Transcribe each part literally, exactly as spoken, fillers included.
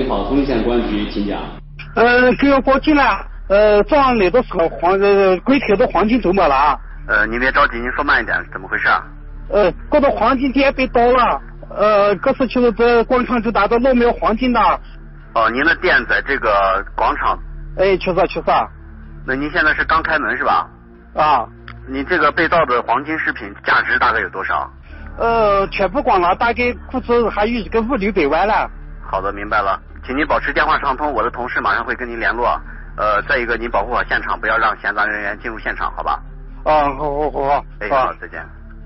你好，通县公安局，请讲。 呃，给我报警了。呃，早上来的时候黄呃柜台的黄金都没了啊。 呃，您别着急，您说慢一点，怎么回事啊？ 呃，搞到黄金店被盗了。呃，可是就是在广场就打到老庙黄金的。 哦，您的店在这个广场。 哎，确实确实。 那您现在是刚开门是吧？ 啊。 您这个被盗的黄金饰品价值大概有多少？ 呃，全部光了，大概估值还有一个五六百万了。 好的，明白了，请您保持电话畅通，我的同事马上会跟您联络。呃，再一个，您保护好现场，不要让闲杂人员进入现场，好吧？ 啊，好好好好。 哎，好，再见。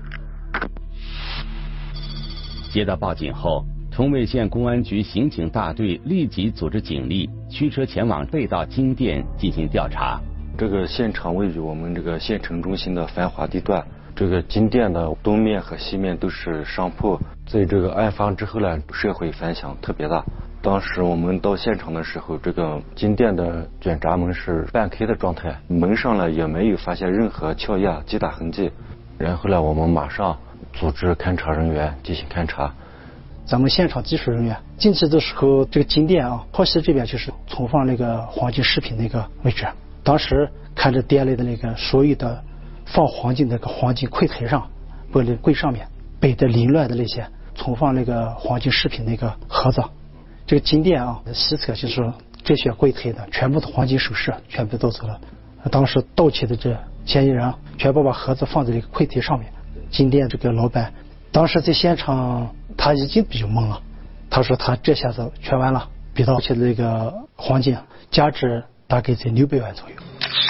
接到报警后，崇卫县公安局刑警大队立即组织警力驱车前往被盗金店进行调查。 这个现场位于我们这个县城中心的繁华地段，这个金店的东面和西面都是商铺。在这个案发之后呢，社会反响特别大。当时我们到现场的时候，这个金店的卷闸门是半开的状态，门上呢也没有发现任何撬压击打痕迹。然后呢，我们马上组织勘查人员进行勘查。 咱们现场技术人员进去的时候，这个金店啊，坡西这边就是存放那个黄金饰品那个位置。当时看着店内的那个所有的放黄金的那个黄金柜台上，玻璃柜上面摆的凌乱的那些存放那个黄金饰品那个盒子。这个金店啊，西侧就是这些柜台的全部的黄金首饰全部都走了。当时盗窃的这嫌疑人全部把盒子放在这个柜台上面。金店这个老板当时在现场他已经比较懵了，他说他这下子全完了，被盗窃的这个黄金价值大概在六百万左右。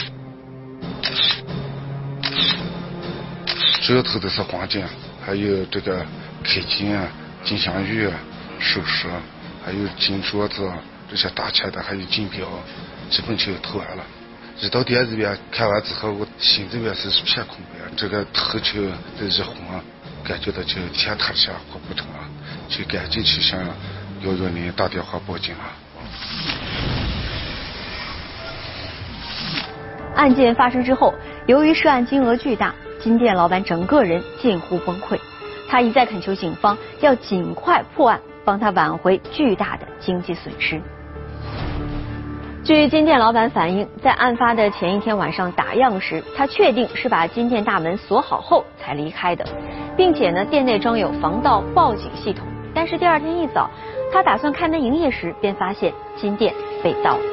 主要偷的是黄金，还有这个铠金啊、金镶玉啊、首饰，还有金镯子这些大钱的，还有金表，基本就偷完了。一到店里边看完之后，我心里边是一片空白。这个头就这一晃，感觉到就天塌下活不通了，就赶紧去向幺幺零打电话报警了。 案件发生之后，由于涉案金额巨大，金店老板整个人近乎崩溃。他一再恳求警方要尽快破案，帮他挽回巨大的经济损失。据金店老板反映，在案发的前一天晚上打烊时，他确定是把金店大门锁好后才离开的，并且呢，店内装有防盗报警系统。但是第二天一早，他打算开门营业时，便发现金店被盗了。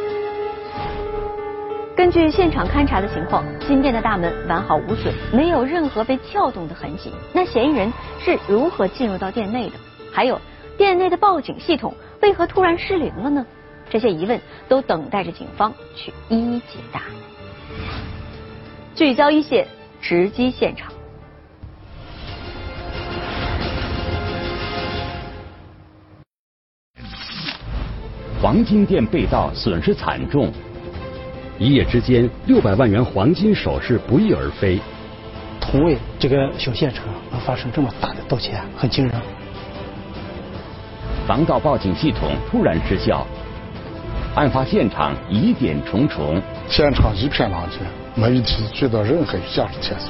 根据现场勘查的情况，金店的大门完好无损，没有任何被撬动的痕迹。那嫌疑人是如何进入到店内的？还有，店内的报警系统为何突然失灵了呢？这些疑问都等待着警方去一一解答。聚焦一线，直击现场。 黄金店被盗，损失惨重。一夜之间，六百万元黄金首饰不翼而飞。 同为这个小县城能发生这么大的盗窃，很惊人。 防盗报警系统突然失效，案发现场疑点重重， 现场一片狼藉，没有提取到任何有价值线索。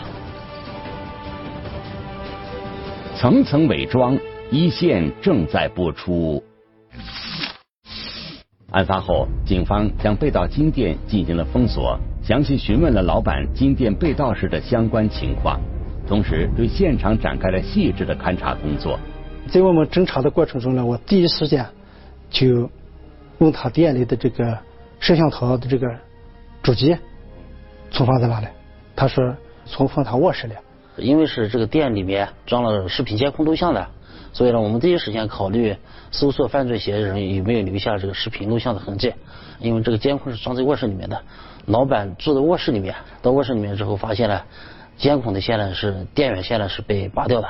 层层伪装，一线正在播出。案发后，警方将被盗金店进行了封锁，详细询问了老板金店被盗时的相关情况，同时对现场展开了细致的勘查工作。 在我们侦查的过程中呢，我第一时间就问他店里的这个摄像头的这个主机存放在哪里，他说存放他卧室里。 因为是这个店里面装了视频监控录像的，所以呢，我们第一时间考虑搜索犯罪嫌疑人有没有留下这个视频录像的痕迹。因为这个监控是装在卧室里面的，老板住在卧室里面，到卧室里面之后发现了监控的线呢是电源线呢是被拔掉的。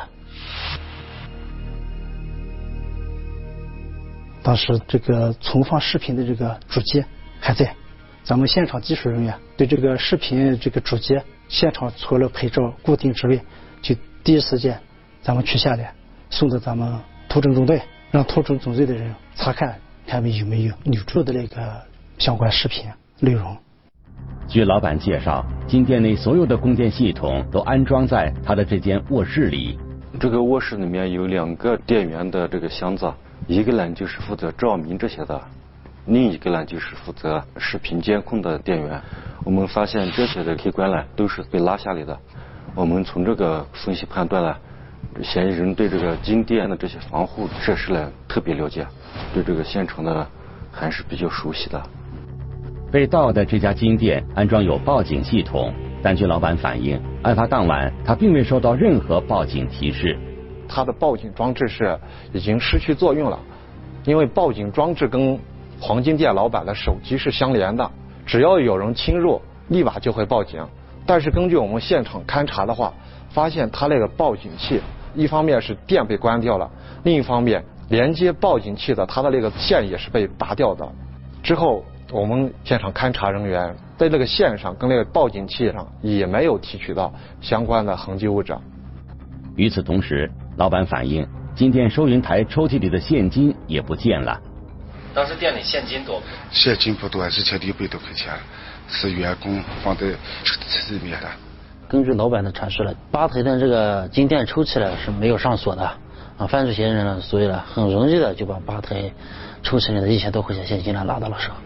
当时这个存放视频的这个主机还在，咱们现场技术人员对这个视频这个主机现场除了拍照固定之外，就第一时间咱们取下来送到咱们图侦中队，让图侦中队的人查看他们有没有留住的那个相关视频内容。 据老板介绍，金店内所有的供电系统都安装在他的这间卧室里。 这个卧室里面有两个电源的这个箱子，一个呢就是负责照明这些的， 另一个呢就是负责视频监控的电源。我们发现这些的开关呢都是被拉下来的。我们从这个分析判断呢，嫌疑人对这个金店的这些防护设施呢特别了解，对这个现场呢还是比较熟悉的。 被盗的这家金店安装有报警系统，但据老板反映，案发当晚他并未收到任何报警提示。 他的报警装置是已经失去作用了，因为报警装置跟黄金店老板的手机是相连的，只要有人侵入，立马就会报警。但是根据我们现场勘查的话，发现他那个报警器，一方面是电被关掉了，另一方面连接报警器的它的那个线也是被拔掉的。之后我们现场勘查人员在那个线上跟那个报警器上也没有提取到相关的痕迹物质。 与此同时，老板反映金店收银台抽屉里的现金也不见了。 当时店里现金多不多？ 现金不多，一千六百多块钱，是员工放在抽屉里面的。 根据老板的阐述了，吧台的这个金店抽屉呢是没有上锁的啊，犯罪嫌疑人呢，所以呢很容易的就把吧台抽屉里的一千多块钱现金呢拿到了手。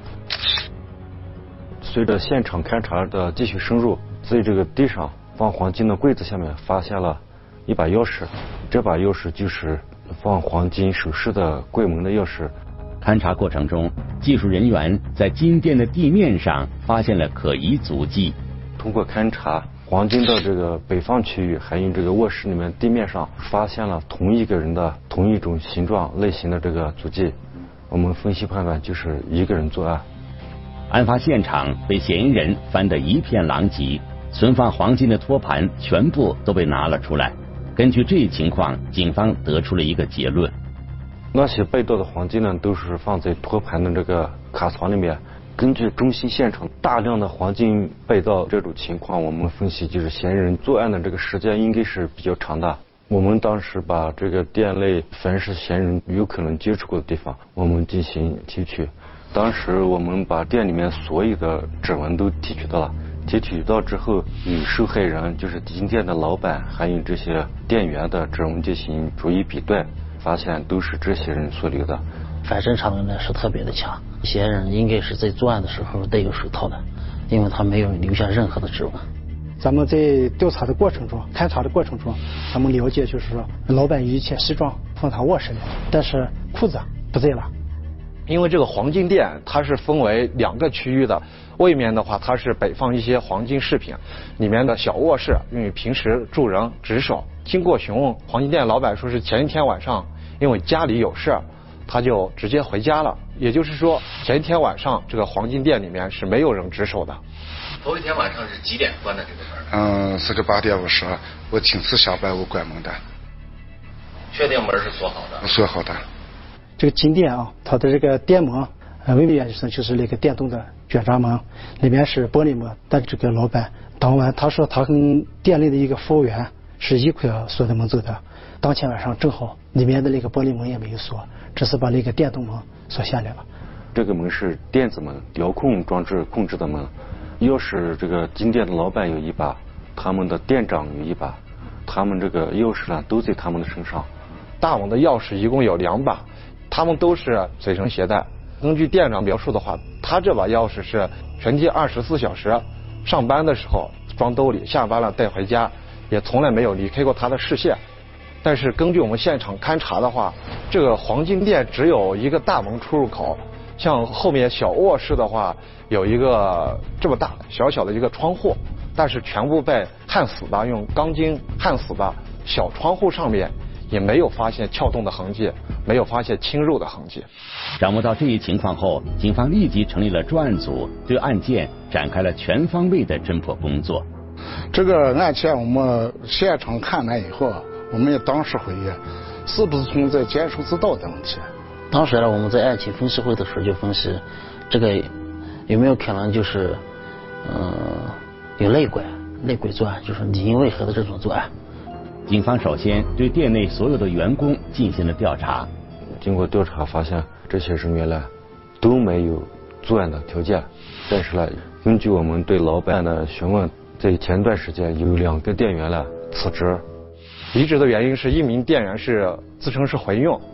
随着现场勘查的继续深入，在这个地上放黄金的柜子下面发现了一把钥匙，这把钥匙就是放黄金首饰的柜门的钥匙。 勘查过程中，技术人员在金店的地面上发现了可疑足迹。 通过勘查，黄金的这个北方区域还有这个卧室里面地面上发现了同一个人的同一种形状类型的这个足迹。我们分析判断就是一个人作案。 案发现场被嫌疑人翻得一片狼藉，存放黄金的托盘全部都被拿了出来。根据这一情况，警方得出了一个结论： 那些被盗的黄金呢，都是放在托盘的这个卡槽里面。根据中心现场大量的黄金被盗这种情况，我们分析就是嫌疑人作案的这个时间应该是比较长的。我们当时把这个店内凡是嫌疑人有可能接触过的地方，我们进行提取。当时我们把店里面所有的指纹都提取到了，提取到之后，与受害人就是金店的老板还有这些店员的指纹进行逐一比对，发现都是这些人所留的。 反侦查能力是特别的强，嫌疑人应该是在作案的时候戴有手套的，因为他没有留下任何的指纹。 咱们在调查的过程中，勘查的过程中，咱们了解就是说，老板有一件西装放他卧室里，但是裤子不在了。 因为这个黄金店它是分为两个区域的，外面的话它是摆放一些黄金饰品，里面的小卧室用于平时住人值守。经过询问，黄金店老板说是前一天晚上因为家里有事，他就直接回家了。也就是说，前一天晚上这个黄金店里面是没有人值守的。 头一天晚上是几点关的这个门？ 嗯，是个八点五十，我请次下班我关门的。 确定门是锁好的？ 锁好的。 这个金店啊，它的这个店门，呃，外面就是那个电动的卷闸门，里面是玻璃门。但这个老板当晚他说他跟店内的一个服务员是一块锁的门走的。当天晚上正好里面的那个玻璃门也没有锁，只是把那个电动门锁下来了。 这个门是电子门，遥控装置控制的门。钥匙这个金店的老板有一把，他们的店长有一把，他们这个钥匙呢都在他们的身上。 大门的钥匙一共有两把，他们都是随身携带。根据店长描述的话，他这把钥匙是全天二十四小时，上班的时候装兜里，下班了带回家，也从来没有离开过他的视线。但是根据我们现场勘查的话，这个黄金店只有一个大门出入口，像后面小卧室的话有一个这么大小小的一个窗户，但是全部被焊死的，用钢筋焊死的。小窗户上面也没有发现撬动的痕迹，没有发现侵入的痕迹。 掌握到这一情况后，警方立即成立了专案组，对案件展开了全方位的侦破工作。 这个案件我们现场看完以后，我们也当时回忆，是不是存在监守自盗的问题？ 当时呢，我们在案情分析会的时候就分析，这个有没有可能就是，呃，有内鬼，内鬼作案，就是你因为何的这种作案。 警方首先对店内所有的员工进行了调查。 经过调查发现，这些人员呢都没有作案的条件，但是呢，根据我们对老板的询问，在前段时间有两个店员呢辞职。 离职的原因是一名店员是自称是怀孕，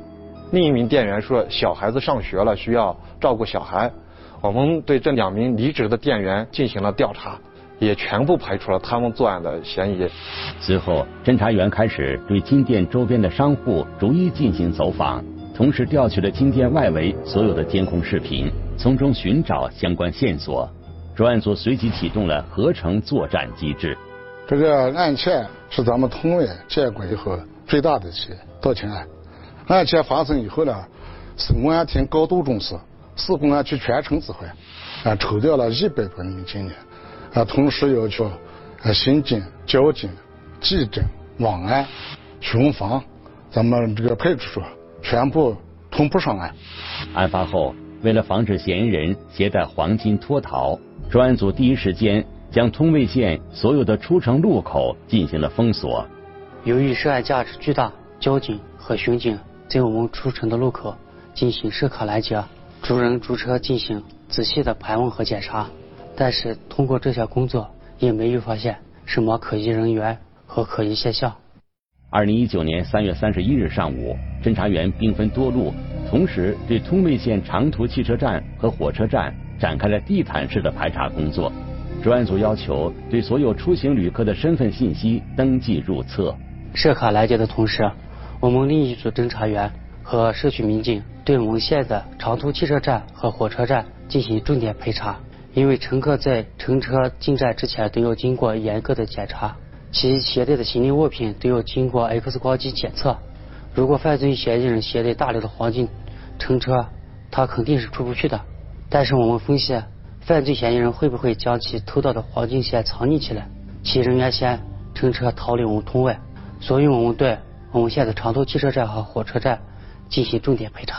另一名店员说小孩子上学了，需要照顾小孩。我们对这两名离职的店员进行了调查，也全部排除了他们作案的嫌疑。 随后，侦查员开始对金店周边的商户逐一进行走访，同时调取了金店外围所有的监控视频，从中寻找相关线索。专案组随即启动了合成作战机制。 这个案件是咱们通卫接过以后最大的一起盗窃案。案件发生以后呢，市公安厅高度重视，市公安局全程指挥，啊，抽调了一百多名警员，啊，同时要求啊刑警、交警、技侦、网安、巡防，咱们这个派出所全部同步上岸。 案发后，为了防止嫌疑人携带黄金脱逃，专案组第一时间将通渭线所有的出城路口进行了封锁。 由于涉案价值巨大，交警和巡警在我们出城的路口进行设卡拦截，逐人逐车进行仔细的盘问和检查，但是通过这项工作也没有发现什么可疑人员和可疑现象。 二零一九年三月三十一日上午，侦查员兵分多路，同时对通渭线长途汽车站和火车站展开了地毯式的排查工作。专案组要求对所有出行旅客的身份信息登记入册。 设卡拦截的同时，我们另一组侦查员和社区民警对我们县的长途汽车站和火车站进行重点排查，因为乘客在乘车进站之前都要经过严格的检查，其携带的行李物品都要经过 X 光机检测。如果犯罪嫌疑人携带大量的黄金乘车，他肯定是出不去的。但是我们分析，犯罪嫌疑人会不会将其偷到的黄金先藏匿起来，其人员先乘车逃离我们通渭，所以我们对我们县的长途汽车站和火车站进行重点排查。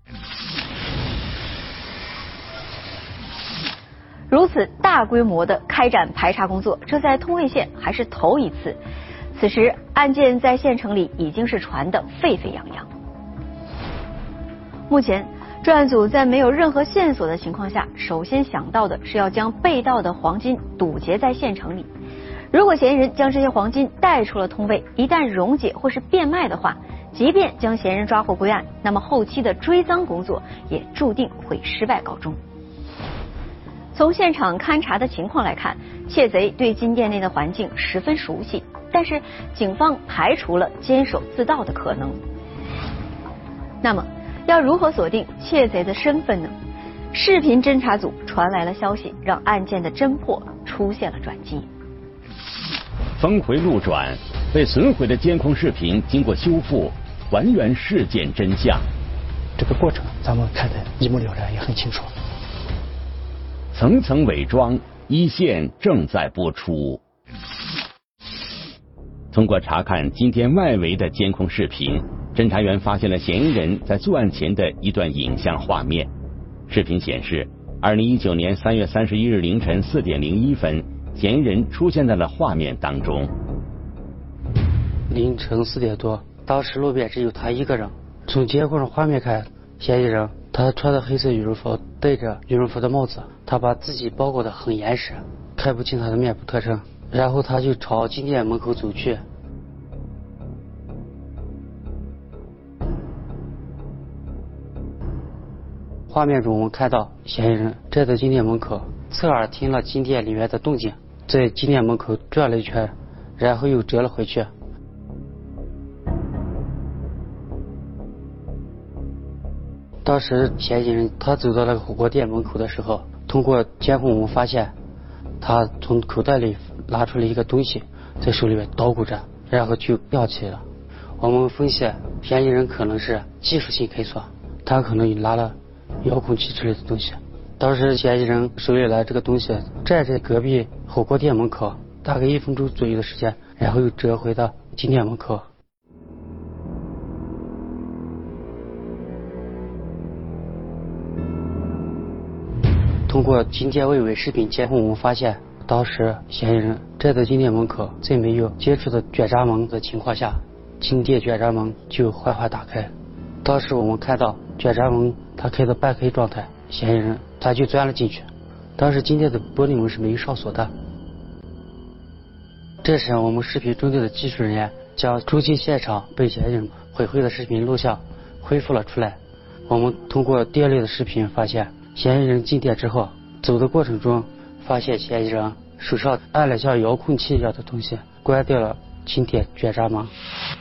如此大规模的开展排查工作，这在通渭县还是头一次。此时案件在县城里已经是传得沸沸扬扬。目前专案组在没有任何线索的情况下，首先想到的是要将被盗的黄金堵截在县城里。如果嫌疑人将这些黄金带出了通渭，一旦溶解或是变卖的话，即便将嫌疑人抓获归案，那么后期的追赃工作也注定会失败告终。从现场勘查的情况来看，窃贼对金店内的环境十分熟悉，但是警方排除了监守自盗的可能。那么要如何锁定窃贼的身份呢？视频侦查组传来了消息，让案件的侦破出现了转机。 峰回路转，被损毁的监控视频经过修复，还原事件真相。 这个过程咱们看得一目了然，也很清楚。 层层伪装，一线正在播出。通过查看金店外围的监控视频，侦查员发现了嫌疑人在作案前的一段影像画面。视频显示，二零一九年三月三十一日凌晨四点零一分，嫌疑人出现在了画面当中。 凌晨四点多，当时路边只有他一个人。从监控上画面看，嫌疑人他穿的黑色羽绒服，戴着羽绒服的帽子，他把自己包裹得很严实，看不清他的面部特征。然后他就朝金店门口走去。画面中我们看到嫌疑人站在金店门口，侧耳听了金店里面的动静，在金店门口转了一圈，然后又折了回去。当时嫌疑人他走到那个火锅店门口的时候，通过监控我们发现，他从口袋里拿出了一个东西，在手里面捣鼓着，然后就吊起来了。我们分析，嫌疑人可能是技术性开锁，他可能拿了遥控器之类的东西。当时嫌疑人手里拿这个东西，站在隔壁火锅店门口，大概一分钟左右的时间，然后又折回到金店门口。通过金店外围视频监控，我们发现，当时嫌疑人站在金店门口，在没有接触的卷闸门的情况下，金店卷闸门就缓缓打开。当时我们看到卷闸门它开到半开状态，嫌疑人他就钻了进去。当时金店的玻璃门是没有上锁的。这时我们视频中队的技术人员将中心现场被嫌疑人毁坏的视频录像恢复了出来。我们通过电类的视频发现，嫌疑人进店之后走的过程中，发现嫌疑人手上按了像遥控器一样的东西，关掉了进店卷闸门。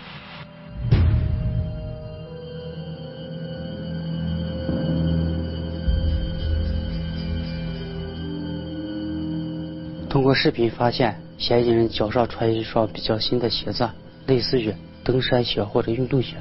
通过视频发现，嫌疑人脚上穿一双比较新的鞋子，类似于登山鞋或者运动鞋。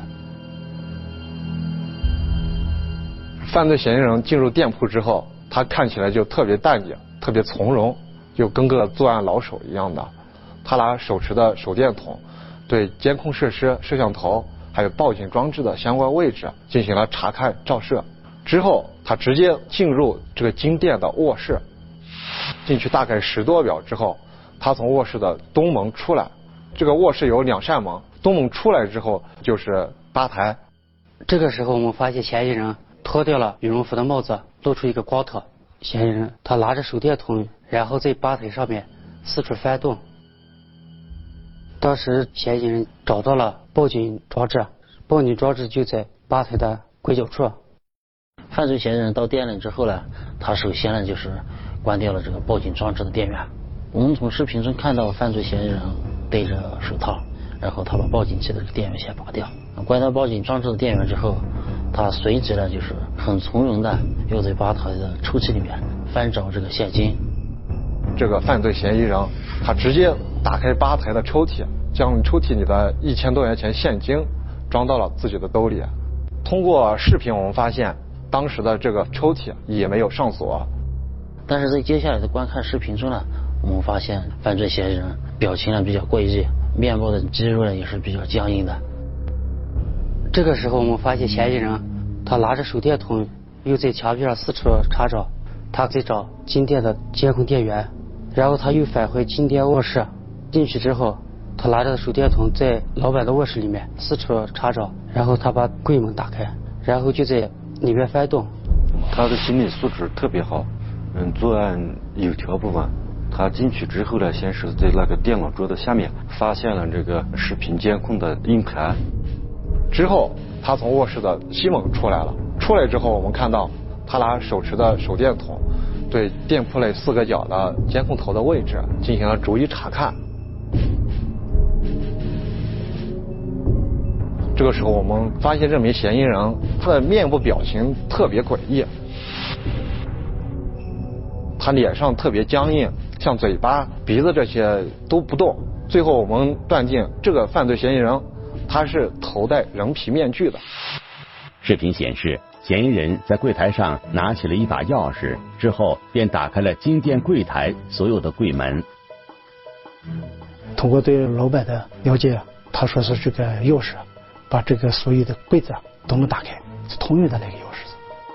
犯罪嫌疑人进入店铺之后，他看起来就特别淡定，特别从容，就跟个作案老手一样的。他拿手持的手电筒对监控设施、摄像头还有报警装置的相关位置进行了查看照射，之后他直接进入这个金店的卧室。进去大概十多秒之后，他从卧室的东门出来。这个卧室有两扇门，东门出来之后就是吧台。 这个时候我们发现嫌疑人脱掉了羽绒服的帽子，露出一个光头。嫌疑人他拿着手电筒，然后在吧台上面四处翻动。当时嫌疑人找到了报警装置，报警装置就在吧台的拐角处。 犯罪嫌疑人到店里之后呢，他首先呢就是关掉了这个报警装置的电源。我们从视频中看到犯罪嫌疑人戴着手套，然后他把报警器的电源先拔掉。关掉报警装置的电源之后，他随即呢就是很从容的又在吧台的抽屉里面翻找这个现金。 这个犯罪嫌疑人他直接打开吧台的抽屉，将抽屉里的一千多元钱现金装到了自己的兜里。通过视频我们发现，当时的这个抽屉也没有上锁。 但是在接下来的观看视频中呢，我们发现犯罪嫌疑人表情呢比较怪异，面部的肌肉呢也是比较僵硬的。 这个时候我们发现嫌疑人他拿着手电筒又在墙壁上四处查找，他在找金店的监控电源，然后他又返回金店卧室。进去之后，他拿着手电筒在老板的卧室里面四处查找，然后他把柜门打开，然后就在里面翻动。 他的心理素质特别好，嗯，作案有条不紊。他进去之后呢，先是在那个电脑桌的下面发现了这个视频监控的硬盘， 之后他从卧室的西门出来了。出来之后，我们看到他拿手持的手电筒对店铺内四个角的监控头的位置进行了逐一查看。这个时候我们发现这名嫌疑人他的面部表情特别诡异，他脸上特别僵硬，像嘴巴、鼻子这些都不动。最后我们断定这个犯罪嫌疑人他是头戴人皮面具的。 视频显示，嫌疑人在柜台上拿起了一把钥匙，之后便打开了金店柜台所有的柜门。 通过对老板的了解，他说是这个钥匙把这个所有的柜子都能打开，是通用的那个钥匙。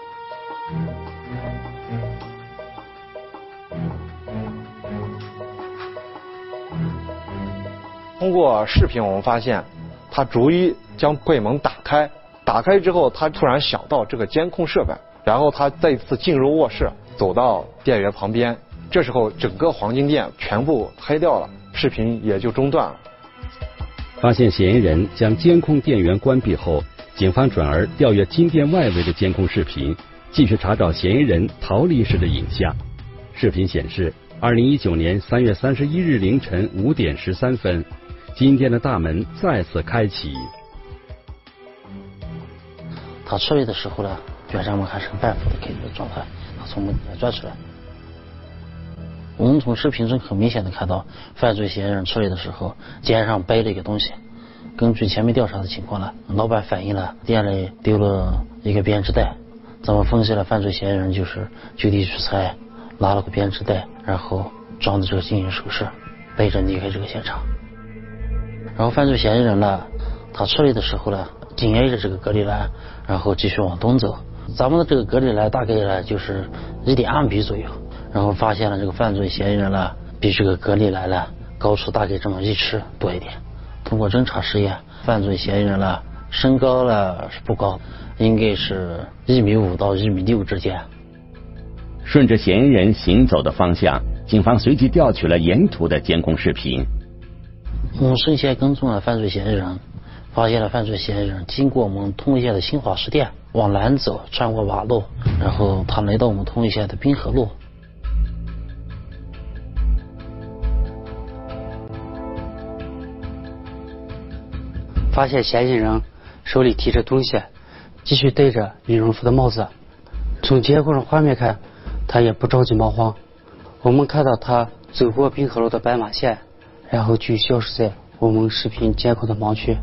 通过视频我们发现，他逐一将柜门打开，打开之后他突然想到这个监控设备，然后他再次进入卧室，走到店员旁边。这时候整个黄金店全部黑掉了，视频也就中断了。 发现嫌疑人将监控电源关闭后，警方转而调阅金店外围的监控视频，继续查找嫌疑人逃离时的影像。视频显示，二零一九年三月三十一日凌晨五点十三分，金店的大门再次开启。 他出来的时候呢，卷闸门还是半幅的开的状态，他从门里面钻出来。我们从视频中很明显的看到，犯罪嫌疑人出来的时候肩上背了一个东西。根据前面调查的情况呢，老板反映了店里丢了一个编织袋。咱们分析了犯罪嫌疑人就是就地取材，拿了个编织袋，然后装的这个金银首饰，背着离开这个现场。然后犯罪嫌疑人呢，他出来的时候呢，紧挨着这个隔离栏，然后继续往东走。咱们的这个隔离栏大概呢就是一点二米左右。然后发现了这个犯罪嫌疑人呢，比这个隔离栏呢高出大概这么一尺多一点。通过侦查实验，犯罪嫌疑人呢身高呢是不高，应该是一米五到一米六之间。 顺着嫌疑人行走的方向，警方随即调取了沿途的监控视频。 我们身先跟踪了犯罪嫌疑人， 发现了犯罪嫌疑人经过我们通渭县的新华书店往南走，穿过马路，然后他来到我们通渭县的滨河路。 发现嫌疑人手里提着东西，继续戴着羽绒服的帽子。从监控上画面看，他也不着急忙慌。我们看到他走过滨河路的斑马线，然后就消失在我们视频监控的盲区。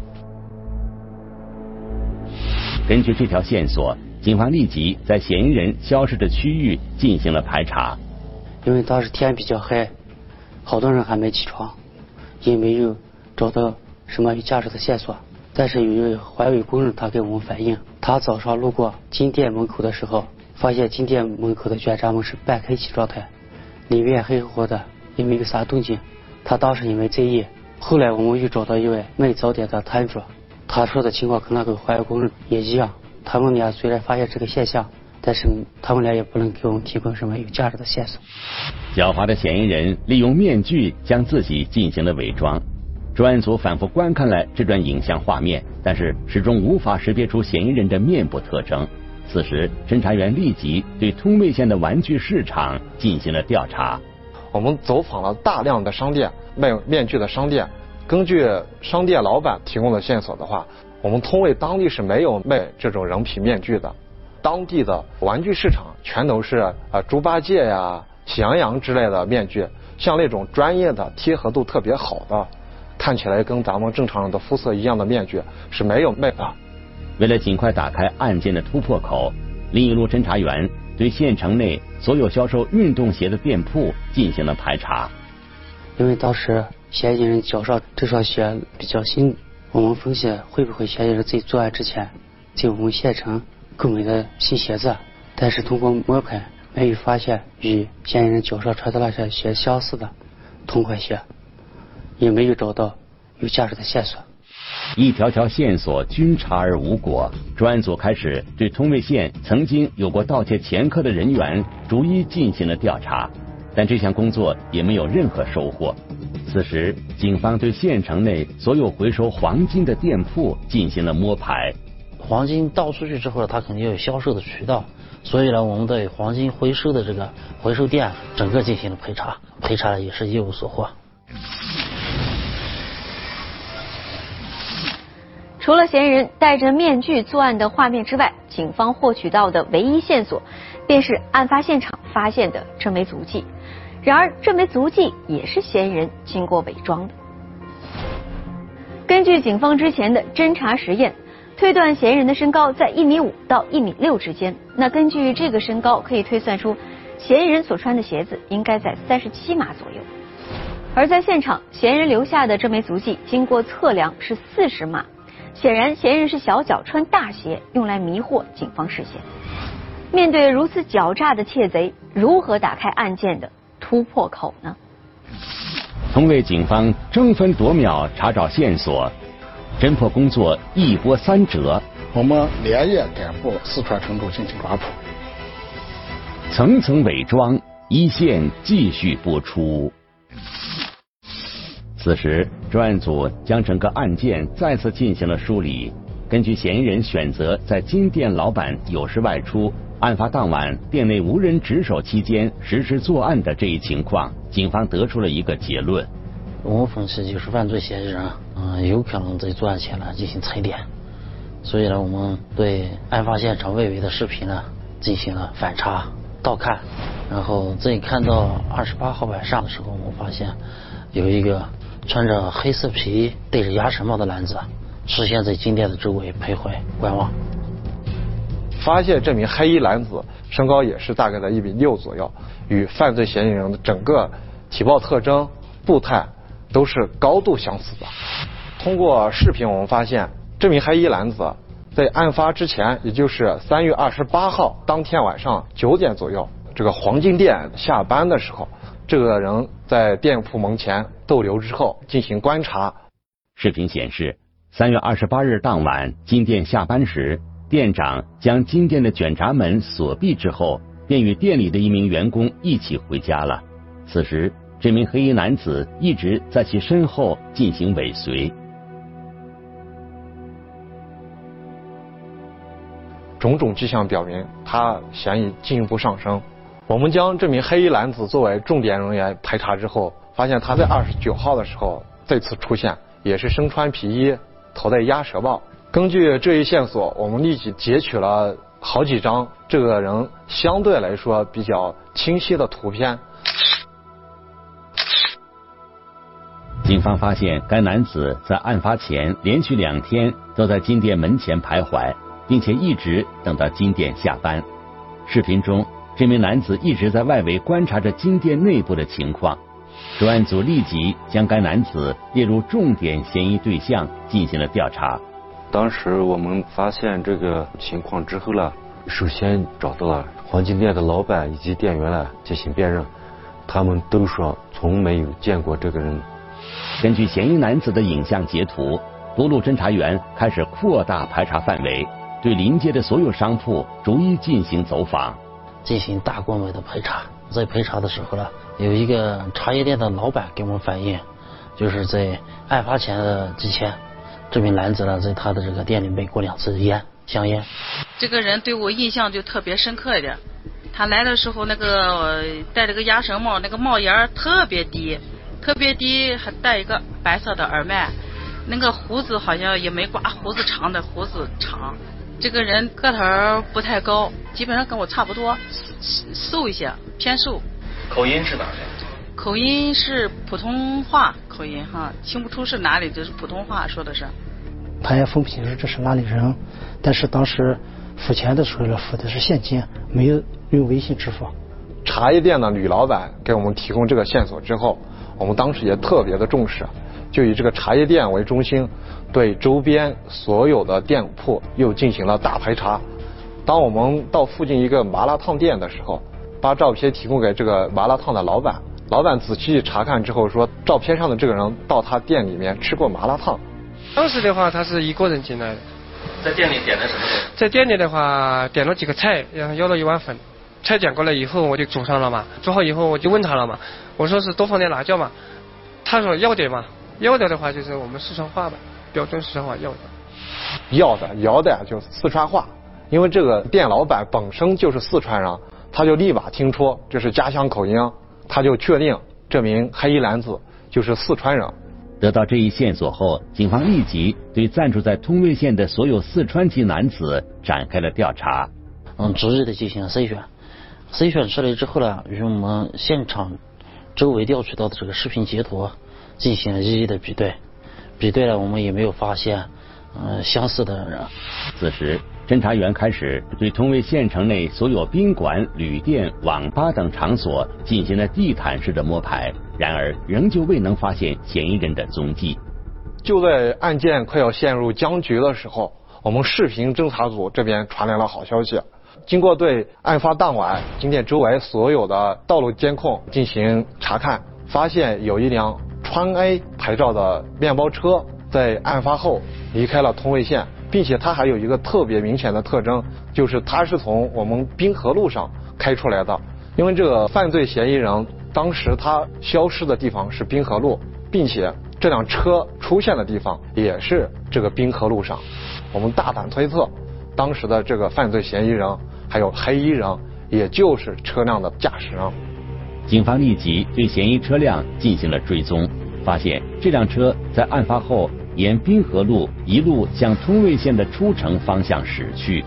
根据这条线索，警方立即在嫌疑人消失的区域进行了排查。 因为当时天比较黑，好多人还没起床，也没有找到什么有价值的线索。但是有一位环卫工人，他给我们反映，他早上路过金店门口的时候，发现金店门口的卷闸门是半开启状态，里面黑乎乎的，也没有啥动静。他当时也没在意。后来我们又找到一位卖早点的摊主，他说的情况可能跟环卫工人也一样。他们俩虽然发现这个现象，但是他们俩也不能给我们提供什么有价值的线索。 狡猾的嫌疑人利用面具将自己进行了伪装。专案组反复观看了这段影像画面，但是始终无法识别出嫌疑人的面部特征。此时，侦查员立即对通渭县的玩具市场进行了调查。 我们走访了大量的商店，卖面具的商店。根据商店老板提供的线索的话，我们通渭当地是没有卖这种人皮面具的。当地的玩具市场全都是啊猪八戒呀、喜羊羊之类的面具，像那种专业的、贴合度特别好的，看起来跟咱们正常人的肤色一样的面具是没有卖的。 为了尽快打开案件的突破口，另一路侦查员对县城内所有销售运动鞋的店铺进行了排查。 因为当时嫌疑人脚上这双鞋比较新，我们分析会不会嫌疑人在作案之前在我们县城购买的新鞋子，但是通过摸排没有发现与嫌疑人脚上穿的那双鞋相似的同款鞋，也没有找到有价值的线索。 一条条线索均查而无果，专案组开始对通渭县曾经有过盗窃前科的人员逐一进行了调查，但这项工作也没有任何收获。此时，警方对县城内所有回收黄金的店铺进行了摸排。 黄金倒出去之后，它肯定有销售的渠道，所以呢，我们对黄金回收的这个回收店整个进行了排查，排查也是一无所获。 除了嫌疑人戴着面具作案的画面之外，警方获取到的唯一线索便是案发现场发现的这枚足迹。然而，这枚足迹也是嫌疑人经过伪装的。根据警方之前的侦查实验，推断嫌疑人的身高在一米五到一米六之间。那根据这个身高，可以推算出嫌疑人所穿的鞋子应该在三十七码左右。而在现场，嫌疑人留下的这枚足迹经过测量是四十码。显然，嫌疑人是小脚穿大鞋，用来迷惑警方视线。面对如此狡诈的窃贼，如何打开案件的突破口呢？ 通渭警方争分夺秒查找线索，侦破工作一波三折。 我们连夜赶赴四川成都进行抓捕。 层层伪装，一线继续播出。此时，专案组将整个案件再次进行了梳理。根据嫌疑人选择在金店老板有时外出，案发当晚店内无人值守期间实施作案的这一情况，警方得出了一个结论。 我们分析就是犯罪嫌疑人，嗯、呃，有可能在作案前呢进行踩点，所以呢，我们对案发现场外围的视频呢进行了反查、倒看，然后在看到二十八号晚上的时候，我们发现有一个穿着黑色皮衣、戴着鸭舌帽的男子，视线在金店的周围徘徊观望。 发现这名黑衣男子身高也是大概在一米六左右，与犯罪嫌疑人的整个体貌特征、步态都是高度相似的。通过视频，我们发现这名黑衣男子在案发之前，也就是三月二十八号当天晚上九点左右，这个黄金店下班的时候，这个人在店铺门前逗留之后进行观察。 视频显示，三月二十八日当晚，金店下班时，店长将金店的卷闸门锁闭之后，便与店里的一名员工一起回家了。此时，这名黑衣男子一直在其身后进行尾随。 种种迹象表明他嫌疑进一步上升。我们将这名黑衣男子作为重点人员排查之后，发现他在二十九号的时候再次出现，也是身穿皮衣，头戴鸭舌帽。根据这一线索，我们立即截取了好几张这个人相对来说比较清晰的图片。 警方发现该男子在案发前连续两天都在金店门前徘徊，并且一直等到金店下班。视频中，这名男子一直在外围观察着金店内部的情况。专案组立即将该男子列入重点嫌疑对象进行了调查。 当时我们发现这个情况之后呢，首先找到了黄金店的老板以及店员来进行辨认，他们都说从没有见过这个人。 根据嫌疑男子的影像截图，多路侦查员开始扩大排查范围，对临街的所有商铺逐一进行走访， 进行大规模的排查。在排查的时候呢，有一个茶叶店的老板给我们反映，就是在案发前的几天，这名男子呢在他的这个店里买过两次烟，香烟。 这个人对我印象就特别深刻一点，他来的时候那个戴了个鸭舌帽，那个帽檐特别低。特别低，还戴一个白色的耳麦，那个胡子好像也没刮胡子长的，胡子长。这个人个头不太高，基本上跟我差不多，瘦一些，偏瘦。 口音是哪的？ 口音是普通话口音哈，听不出是哪里，就是普通话说的是。 他也分不清楚这是哪里人，但是当时付钱的时候呢，付的是现金，没有用微信支付。 茶叶店的女老板给我们提供这个线索之后，我们当时也特别的重视，就以这个茶叶店为中心，对周边所有的店铺又进行了大排查。当我们到附近一个麻辣烫店的时候，把照片提供给这个麻辣烫的老板，老板仔细查看之后说，照片上的这个人到他店里面吃过麻辣烫。 当时的话，他是一个人进来的。 在店里点的什么东西？ 在店里的话，点了几个菜，然后要了一碗粉。菜点过来以后，我就煮上了嘛。煮好以后，我就问他了嘛，我说是多放点辣椒嘛。他说要点嘛，要的的话就是我们四川话吧，标准四川话要的。 要的要的就是四川话，因为这个店老板本身就是四川人，他就立马听出这是家乡口音，他就确定这名黑衣男子就是四川人。 得到这一线索后，警方立即对暂住在通渭县的所有四川籍男子展开了调查。 嗯，逐日的进行筛选。筛选出来之后呢，与我们现场周围调取到的这个视频截图进行了一一的比对，比对了我们也没有发现呃相似的人。 此时，侦查员开始对通渭县城内所有宾馆、旅店、网吧等场所进行了地毯式的摸排，然而仍旧未能发现嫌疑人的踪迹。 就在案件快要陷入僵局的时候，我们视频侦查组这边传来了好消息。经过对案发当晚金店周围所有的道路监控进行查看，发现有一辆川 A 牌照的面包车在案发后离开了通渭县，并且它还有一个特别明显的特征，就是它是从我们滨河路上开出来的。因为这个犯罪嫌疑人当时他消失的地方是滨河路，并且这辆车出现的地方也是这个滨河路上。我们大胆推测，当时的这个犯罪嫌疑人还有黑衣人，也就是车辆的驾驶人。 警方立即对嫌疑车辆进行了追踪，发现这辆车在案发后沿滨河路一路向通渭县的出城方向驶去。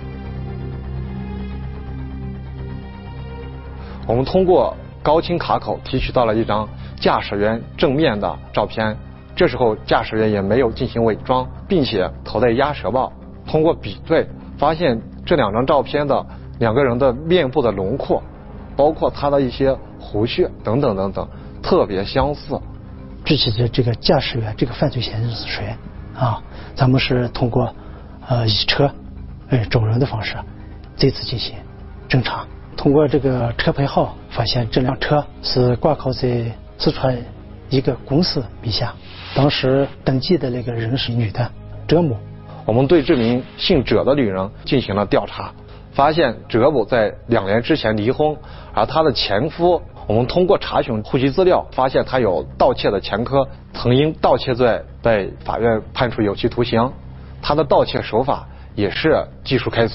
我们通过高清卡口提取到了一张驾驶员正面的照片，这时候驾驶员也没有进行伪装，并且头戴鸭舌帽。通过比对，发现这两张照片的两个人的面部的轮廓，包括他的一些胡须等等等等，特别相似。 具体的这个驾驶员，这个犯罪嫌疑人是谁啊？咱们是通过呃以车呃找人的方式，这次进行侦查。通过这个车牌号，发现这辆车是挂靠在四川一个公司名下，当时登记的那个人是女的，哲某。 我们对这名姓哲的女人进行了调查，发现哲某在两年之前离婚，而她的前夫，我们通过查询户籍资料，发现他有盗窃的前科，曾因盗窃罪被法院判处有期徒刑。他的盗窃手法也是技术开锁，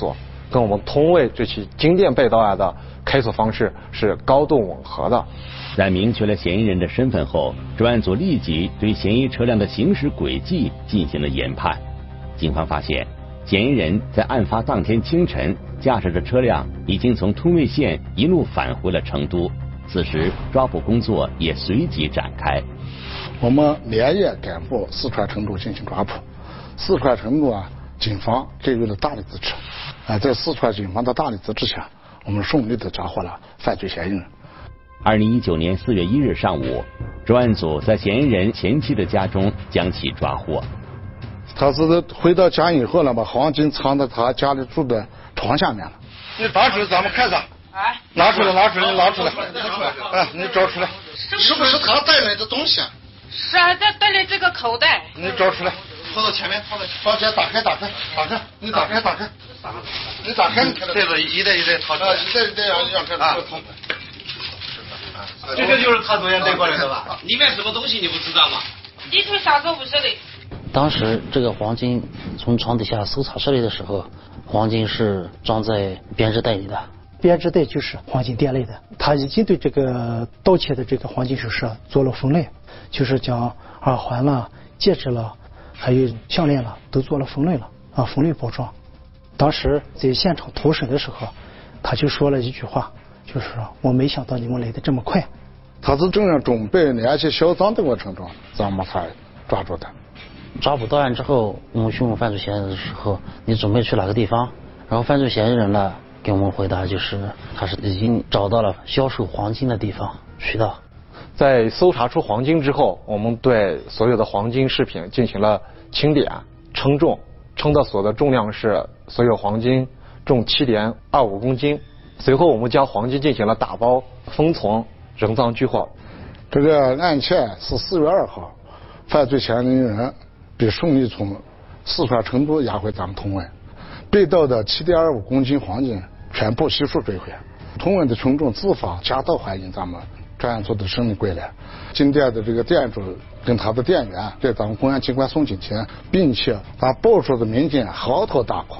跟我们通渭这起金店被盗案的开锁方式是高度吻合的。 在明确了嫌疑人的身份后，专案组立即对嫌疑车辆的行驶轨迹进行了研判。警方发现，嫌疑人在案发当天清晨驾驶着车辆已经从通渭县一路返回了成都，此时抓捕工作也随即展开。 我们连夜赶赴四川成都进行抓捕。四川成都啊，警方给予了大力支持。啊，在四川警方的大力支持下，我们顺利的抓获了犯罪嫌疑人。 二零一九年四月一日上午，专案组在嫌疑人前妻的家中将其抓获。 他是回到家以后呢，把黄金藏在他家里住的床下面了。你打出来，咱们看看。哎，拿出来，拿出来，拿出来，哎，你找出来，是不是他带来的东西啊？ 是啊，他带来这个口袋。 你找出来，放到前面，放到房间，打开，打开，打开，你打开，打开，你打开， 这个一袋一袋掏出来， 一袋一袋让让这个捅。 这个就是他昨天带过来的吧？里面什么东西你不知道吗？ 里头啥都不晓得。 当时这个黄金从床底下搜查出来的时候，黄金是装在编织袋里的。 编织袋就是黄金店类的，他已经对这个盗窃的这个黄金首饰做了分类，就是将耳环了、戒指了，还有项链了，都做了分类了啊，分类包装。当时在现场投审的时候，他就说了一句话，就是说我没想到你们来的这么快。 他是正在准备联系销赃的过程中，咱们才抓住的。 抓捕到案之后，我们询问犯罪嫌疑人的时候，你准备去哪个地方？然后犯罪嫌疑人呢给我们回答，就是他是已经找到了销售黄金的地方渠道。 在搜查出黄金之后，我们对所有的黄金饰品进行了清点、称重，称的所的重量是所有黄金重七点二五公斤。随后我们将黄金进行了打包、封存、人赃俱获。 这个案件是四月二号，犯罪嫌疑人被顺利从四川成都押回咱们通渭，被盗的七点二五公斤黄金全部悉数追回。通渭的群众自发夹道欢迎咱们专案组的胜利归来。金店的这个店主跟他的店员在咱们公安机关送警前，并且把报出的民警嚎啕大哭。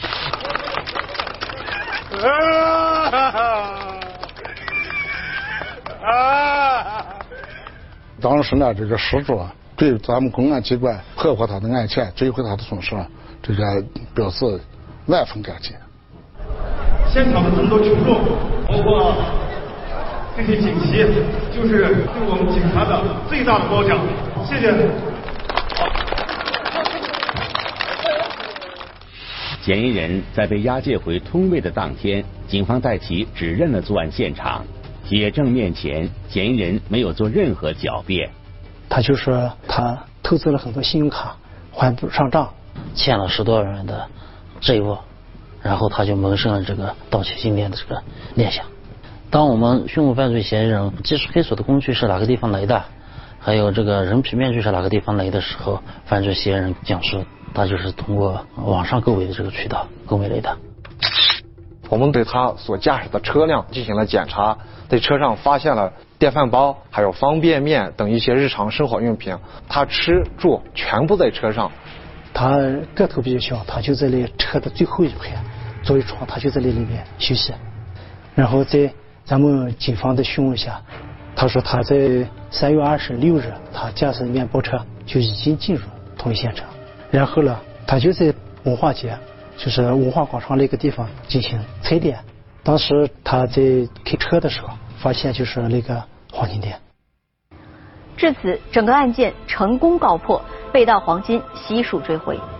当时呢，这个失主对咱们公安机关破获他的案件、追回他的损失，这个表示万分感激。 现场的众多群众，包括这些警旗，就是对我们警察的最大的褒奖。谢谢。 嫌疑人在被押解回通渭的当天，警方带其指认了作案现场。铁证面前，嫌疑人没有做任何狡辩。 他就说他投资了很多信用卡，还不上账， 欠了十多万元的债务，然后他就萌生了这个盗窃金店的这个念想。当我们询问犯罪嫌疑人技术开锁的工具是哪个地方来的，还有这个人皮面具是哪个地方来的时候，犯罪嫌疑人讲述他就是通过网上购买的这个渠道购买来的。 我们对他所驾驶的车辆进行了检查，在车上发现了电饭煲、还有方便面等一些日常生活用品，他吃住全部在车上。 他个头比较小，他就在那车的最后一排座位床，他就在那里面休息。然后在咱们警方的询问下，他说他在三月二十六日，他驾驶面包车就已经进入通渭县城，然后呢，他就在文化街，就是文化广场那个地方进行踩点。当时他在开车的时候，发现就是那个黄金店。 至此，整个案件成功告破，被盗黄金悉数追回。